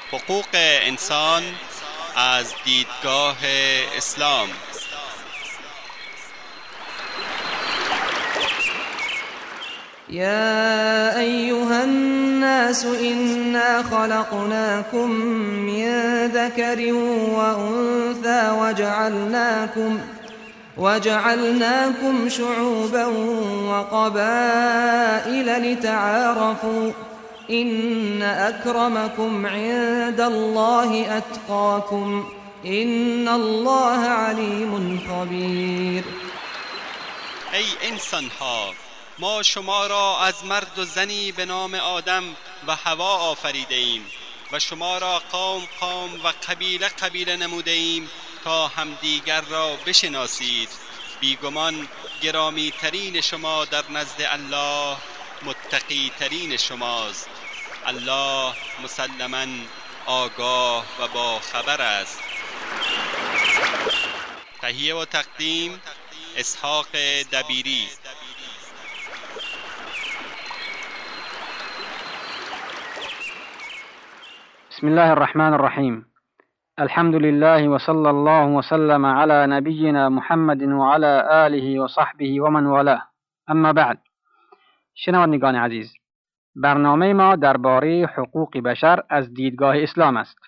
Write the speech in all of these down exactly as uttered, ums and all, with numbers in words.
حقوق انسان از دیدگاه اسلام. يا أيها الناس إنا خلقناكم من ذكر وأنثى وجعلناكم وجعلناكم شعوبا وقبائل لتعارفوا إن أكرمكم عند الله أتقاكم إن الله عليم خبير. ای انسان ها، ما شما را از مرد و زنی به نام آدم و حوا آفریده ایم و شما را قوم قوم و قبیله قبیله نموده ایم تا همدیگر را بشناسید. بیگمان گرامی ترین شما در نزد الله متقی ترین شماست. الله مسلماً آگاه و با خبر است. تهیه و تقدیم اسحاق دبیری. بسم الله الرحمن الرحیم. الحمد لله و صلی الله وسلم علی نبینا محمد و علی آله و صحبه و من والاه. اما بعد، شنوندگان عزیز، برنامه ما درباره حقوق بشر از دیدگاه اسلام است.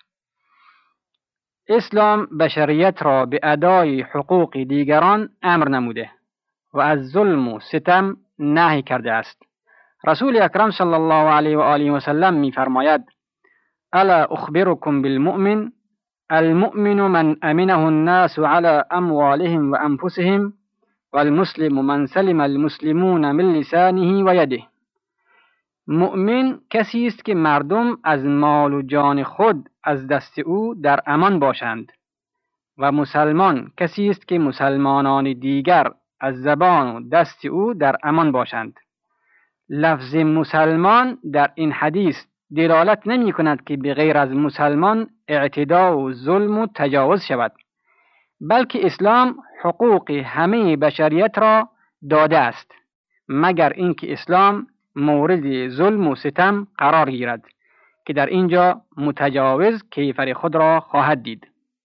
اسلام بشریت را به ادای حقوق دیگران امر نموده و از ظلم و ستم نهی کرده است. رسول اکرم صلی الله علیه و آله و سلم می فرماید: الا اخبركم بالمؤمن المؤمن من امنه الناس على اموالهم و انفسهم والمسلم من سلم المسلمون من لسانه و یده. مؤمن کسی است که مردم از مال و جان خود از دست او در امان باشند و مسلمان کسی است که مسلمانان دیگر از زبان و دست او در امان باشند. لفظ مسلمان در این حدیث دلالت نمی کند که به غیر از مسلمان اعتدا و ظلم و تجاوز شود، بلکه اسلام حقوق همه بشریت را داده است، مگر اینکه اسلام مورد ظلم و ستم قرار گیرد که در اینجا متجاوز کیفر خود را خواهد دید.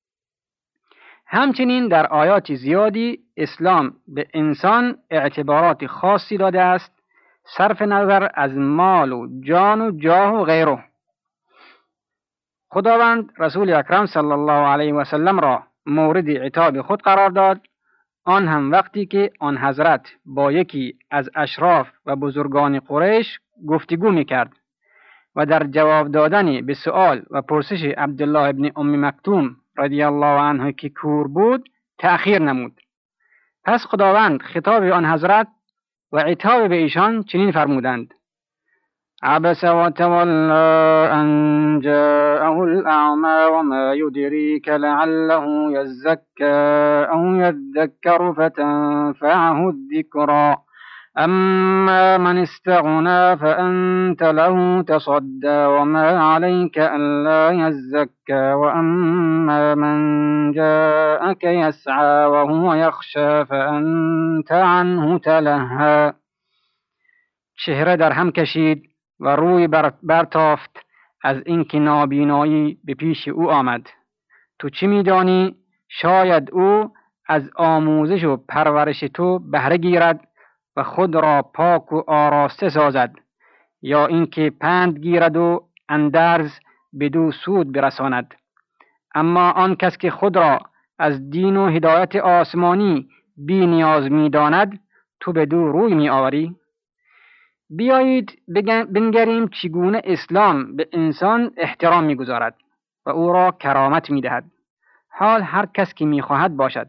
همچنین در آیات زیادی اسلام به انسان اعتبارات خاصی داده است، صرف نظر از مال و جان و جاه و غیره. خداوند رسول اکرم صلی الله علیه و سلم را مورد عتاب خود قرار داد، آن هم وقتی که آن حضرت با یکی از اشراف و بزرگان قریش گفتگو میکرد و در جواب دادن به سؤال و پرسش عبدالله ابن ام مکتوم رضی الله عنه که کور بود تأخیر نمود. پس خداوند خطاب آن حضرت و عتاب به ایشان چنین فرمودند: عبس و تولی ان جاءه الاعمى وما يدريك لعله يزكى او يذكر فتنفعه الذكرى اما من استغنى فانت له تصدى وما عليك الا يزكى واما من جاءك يسعى وهو يخشى فانت عنه تلهى. چهره در هم کشید و روی برتافت از اینکه نابینایی به پیش او آمد. تو چی میدانی؟ شاید او از آموزش و پرورش تو بهره گیرد و خود را پاک و آراسته سازد، یا اینکه پند گیرد و اندرز بدو سود برساند. اما آن کس که خود را از دین و هدایت آسمانی بی نیاز میداند، تو بدو روی می آوری؟ بیایید بنگریم چگونه اسلام به انسان احترام میگذارد و او را کرامت میدهد، حال هر کس که میخواهد باشد.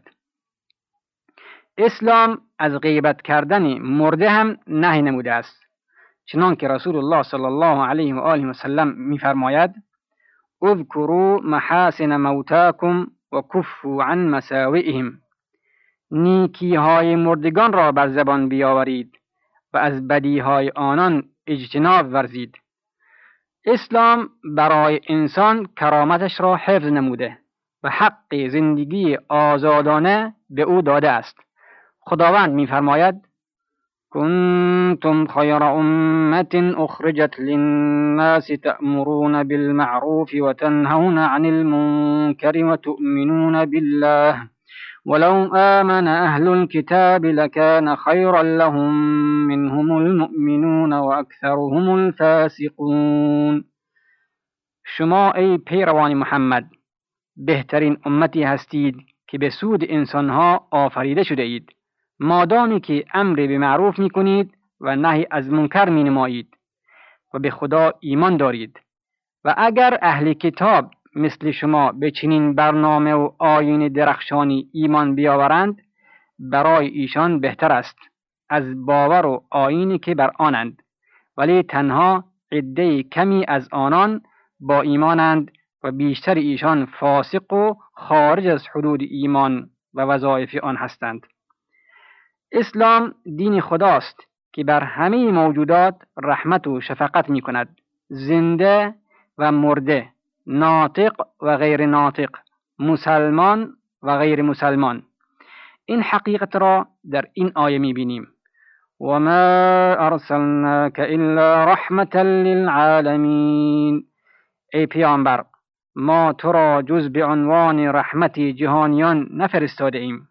اسلام از غیبت کردن مرده هم نهی نموده است، چنان که رسول الله صلی الله علیه و آله و سلم میفرماید: اذکروا محاسن موتاکم و کفوا عن مساوئهم. نیکی های مردگان را بر زبان بیاورید و از بدی های آنان اجتناب ورزید. اسلام برای انسان کرامتش را حفظ نموده و حق زندگی آزادانه به او داده است. خداوند می‌فرماید: كنتم كنتم خير أمة أخرجت للناس تأمرون بالمعروف وتنهون عن المنكر وتؤمنون بالله ولو آمن أهل الكتاب لكان خيرا لهم منهم المؤمنون وأكثرهم الفاسقون. شما ای پیروان محمد بهترین امتی هستید که به سود انسانها آفریده شده اید، مادامی که امر به معروف می کنید و نهی از منکر می نمایید و به خدا ایمان دارید. و اگر اهل کتاب مثل شما به چنین برنامه و آیین درخشانی ایمان بیاورند، برای ایشان بهتر است از باور و آیینی که بر آنند، ولی تنها عده کمی از آنان با ایمانند و بیشتر ایشان فاسق و خارج از حدود ایمان و وظایف آن هستند. اسلام دین خداست که بر همه موجودات رحمت و شفقت می کند، زنده و مرده، ناطق و غیر ناطق، مسلمان و غیر مسلمان. این حقیقت را در این آیه می بینیم: و ما ارسلناک الا رحمتا للعالمین. ای پیامبر، ما تو را جز به عنوان رحمت جهانیان نفرستاده ایم.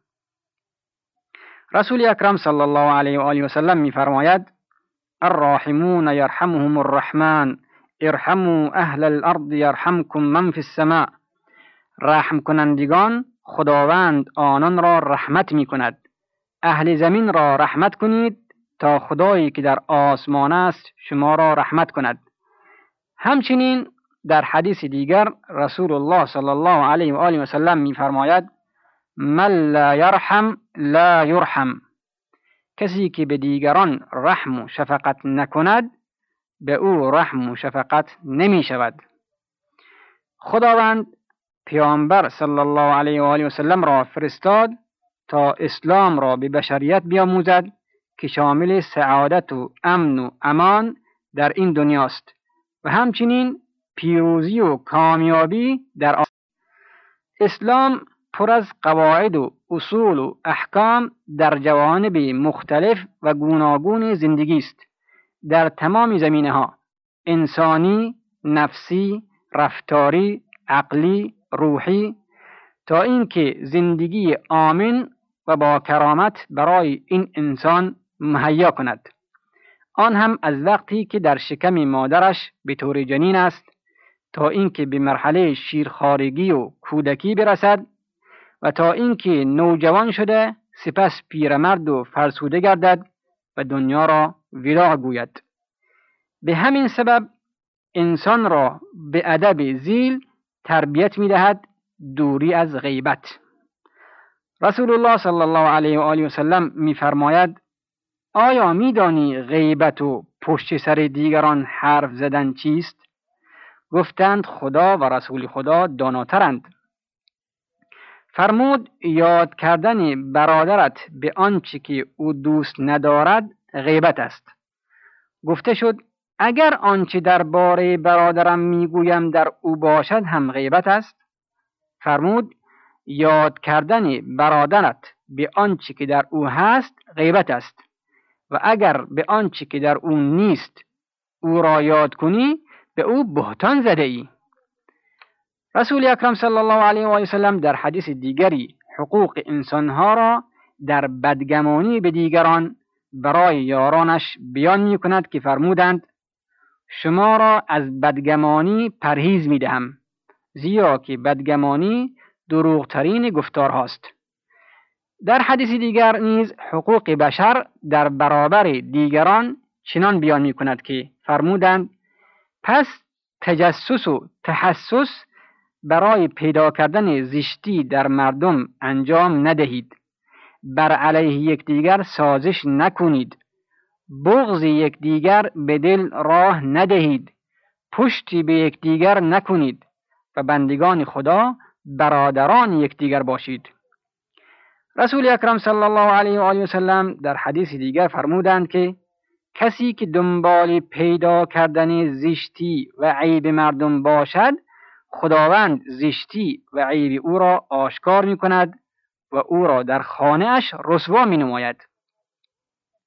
رسول اکرم صلی الله علیه و آله و سلم می فرماید: الراحمون یرحمهم الرحمن ارحموا اهل الارض یرحمکم من فی السماء. رحم کنندگان خداوند آنان را رحمت می کند. اهل زمین را رحمت کنید تا خدایی که در آسمان است شما را رحمت کند. همچنین در حدیث دیگر رسول الله صلی الله علیه و آله و سلم می فرماید: من لا یرحم لا یرحم. کسی که به دیگران رحم و شفقت نکند به او رحم و شفقت نمی شود. خداوند پیامبر صلی الله علیه و آله و سلم را فرستاد تا اسلام را به بشریت بیاموزد که شامل سعادت و امن و امان در این دنیاست و همچنین پیروزی و کامیابی در آخرت. اسلام پر از قواعد و اصول و احکام در جوانب مختلف و گوناگون زندگی است، در تمام زمینه ها: انسانی، نفسی، رفتاری، عقلی، روحی، تا اینکه زندگی آمن و با کرامت برای این انسان مهیا کند. آن هم از وقتی که در شکم مادرش به طور جنین است تا اینکه به مرحله شیرخوارگی و کودکی برسد و تا اینکه نوجوان شده سپس پیرمرد و فرسوده گردد و دنیا را وداع گوید. به همین سبب انسان را به ادب ذیل تربیت می دهد، دوری از غیبت. رسول الله صلی الله علیه و آله و سلم می فرماید: آیا می دانی غیبت و پشت سر دیگران حرف زدن چیست؟ گفتند خدا و رسول خدا داناترند. فرمود: یاد کردن برادرت به آنچه که او دوست ندارد غیبت است. گفته شد: اگر آنچه درباره برادرم میگویم در او باشد هم غیبت است؟ فرمود: یاد کردن برادرت به آنچه که در او هست غیبت است و اگر به آنچه که در او نیست او را یاد کنی به او بهتان زده ای. رسول اکرم صلی الله علیه و آله و سلم در حدیث دیگری حقوق انسانها را در بدگمانی به دیگران برای یارانش بیان می کند که فرمودند: شما را از بدگمانی پرهیز می دهم، زیرا که بدگمانی دروغترین گفتار هاست. در حدیث دیگر نیز حقوق بشر در برابر دیگران چنان بیان می کند که فرمودند: پس تجسس و تحسس برای پیدا کردن زشتی در مردم انجام ندهید، بر علیه یکدیگر سازش نکنید، بغض یکدیگر به دل راه ندهید، پشتی به یکدیگر نکنید و بندگان خدا برادران یکدیگر باشید. رسول اکرم صلی الله علیه و آله و سلم در حدیث دیگر فرمودند که کسی که دنبال پیدا کردن زشتی و عیب مردم باشد خداوند زشتی و عیب او را آشکار می کند و او را در خانه اش رسوا می نماید.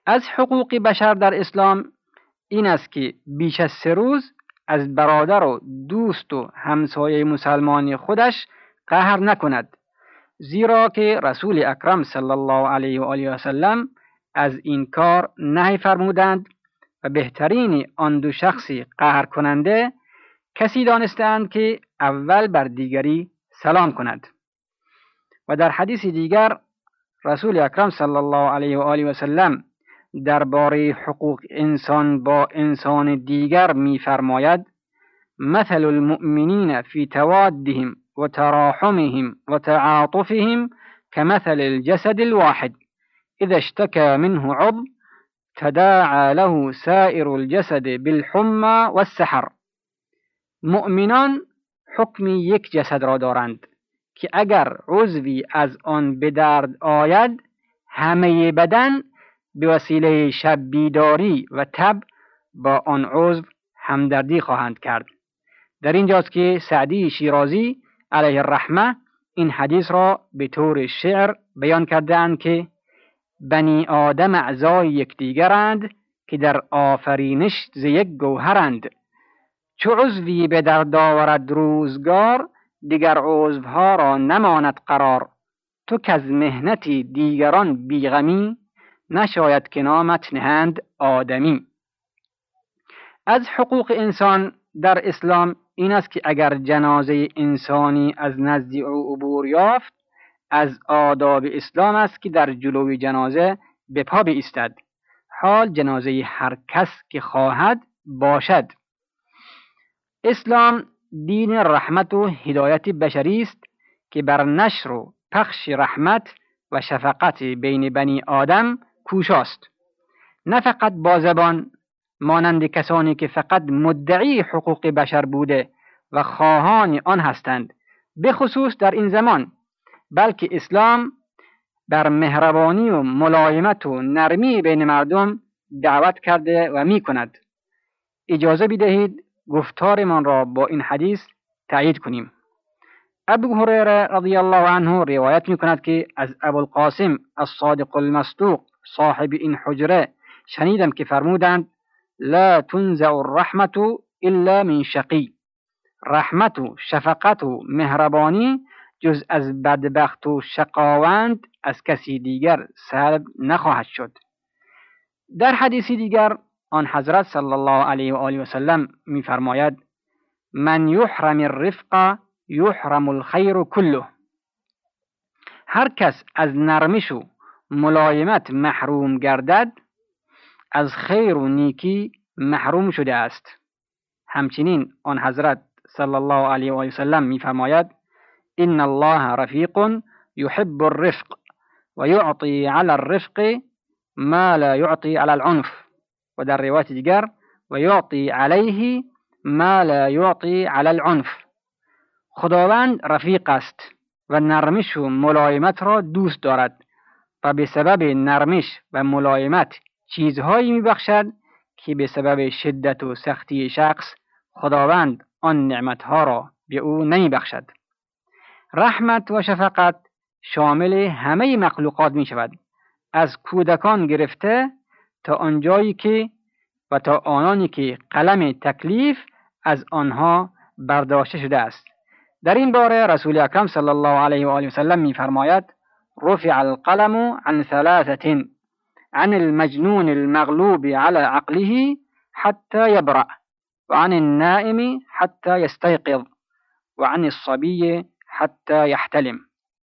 از حقوق بشر در اسلام این است که بیش از سه روز از برادر و دوست و همسایه مسلمان خودش قهر نکند، زیرا که رسول اکرم صلی الله علیه و آله و سلم از این کار نهی فرمودند و بهترین آن دو شخصی قهر کننده کسی دانستند که اول بر دیگری سلام کند. و در حدیث دیگر رسول اکرم صلی الله علیه و آله و سلم درباره حقوق انسان با انسان دیگر می‌فرماید: مثل المؤمنین فی توادهم و تراحمهم و تعاطفهم كمثل الجسد الواحد اذا اشتكى منه عضو تداعى له سائر الجسد بالحمى والسحر. مؤمنان حکم یک جسد را دارند که اگر عضوی از آن به درد آید همه بدن به وسیله شب بیداری و تب با آن عضو همدردی خواهند کرد. در اینجاست که سعدی شیرازی علیه الرحمه این حدیث را به طور شعر بیان کردند که بنی آدم اعضای یکدیگرند که در آفرینش ز یک گوهرند. چو عضوی به درد آورد روزگار دیگر عضوها را نماند قرار. تو که از مهنتی دیگران بیغمی نشاید که نامت نهند آدمی. از حقوق انسان در اسلام این است که اگر جنازه انسانی از نزد او عبور یافت از آداب اسلام است که در جلوی جنازه به پا بایستد، حال جنازه هر کس که خواهد باشد. اسلام دین رحمت و هدایت بشری است که بر نشر و پخش رحمت و شفقت بین بنی آدم کوشاست، نه فقط با زبان مانند کسانی که فقط مدعی حقوق بشر بوده و خواهان آن هستند، به خصوص در این زمان، بلکه اسلام بر مهربانی و ملایمت و نرمی بین مردم دعوت کرده و می کند. اجازه بدهید گفتارمان را با این حدیث تأیید کنیم. ابو هریره رضی الله عنه روایت می کند که از ابوالقاسم الصادق المصدوق صاحب این حجره شنیدم که فرمودند: لا تنزع الرحمت الا من شقی. رحمت و شفقت و مهربانی جز از بدبخت و شقاوند از کسی دیگر سلب نخواهد شد. در حدیثی دیگر آن حضرت صلی الله علیه و آله و سلم می فرماید: من یحرم الرفق یحرم الخیر كله. هر کس از نرمش و ملایمت محروم گردد از خیر و نیکی محروم شده است. همچنین آن حضرت صلی الله علیه و آله و سلم می فرماید: ان الله رفیق یحب الرفق و یعطی علی الرفق ما لا یعطی علی العنف. و در روایت دیگر: و یعطی علیه ما لا یعطی علی العنف. خداوند رفیق است و نرمش و ملایمت را دوست دارد و به سبب نرمش و ملایمت چیزهایی میبخشد که به سبب شدت و سختی شخص خداوند آن نعمتها را به او نمیبخشد. رحمت و شفقت شامل همه مخلوقات می شود، از کودکان گرفته تا آنجایی که و تا آنانی که قلم تکلیف از آنها برداشته شده است. در این باره رسول اکرم صلی الله علیه و آله و سلم می فرماید: رفع القلم عن ثلاثة عن المجنون المغلوب على عقله حتى يبرأ وعن النائم حتى يستيقظ وعن الصبي حتى يحتلم.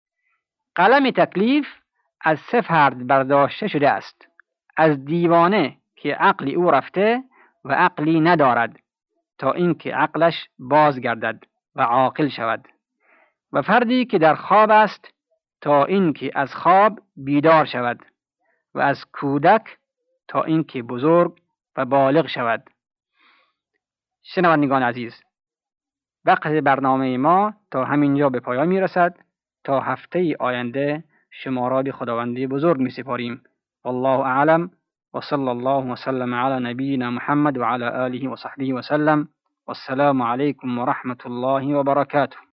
قلم تکلیف از سه فرد برداشته شده است: از دیوانه که عقل او رفته و عقلی ندارد تا اینکه عقلش بازگردد و عاقل شود، و فردی که در خواب است تا اینکه از خواب بیدار شود، و از کودک تا اینکه بزرگ و بالغ شود. شنوندگان عزیز، وقت برنامه ما تا همینجا به پایان می رسد. تا هفته آینده شما را به خداوندی بزرگ می سپاریم. والله اعلم و صلی الله و سلم علی نبینا محمد و علی آله و صحبه و سلم. والسلام علیکم و رحمت الله و برکاته.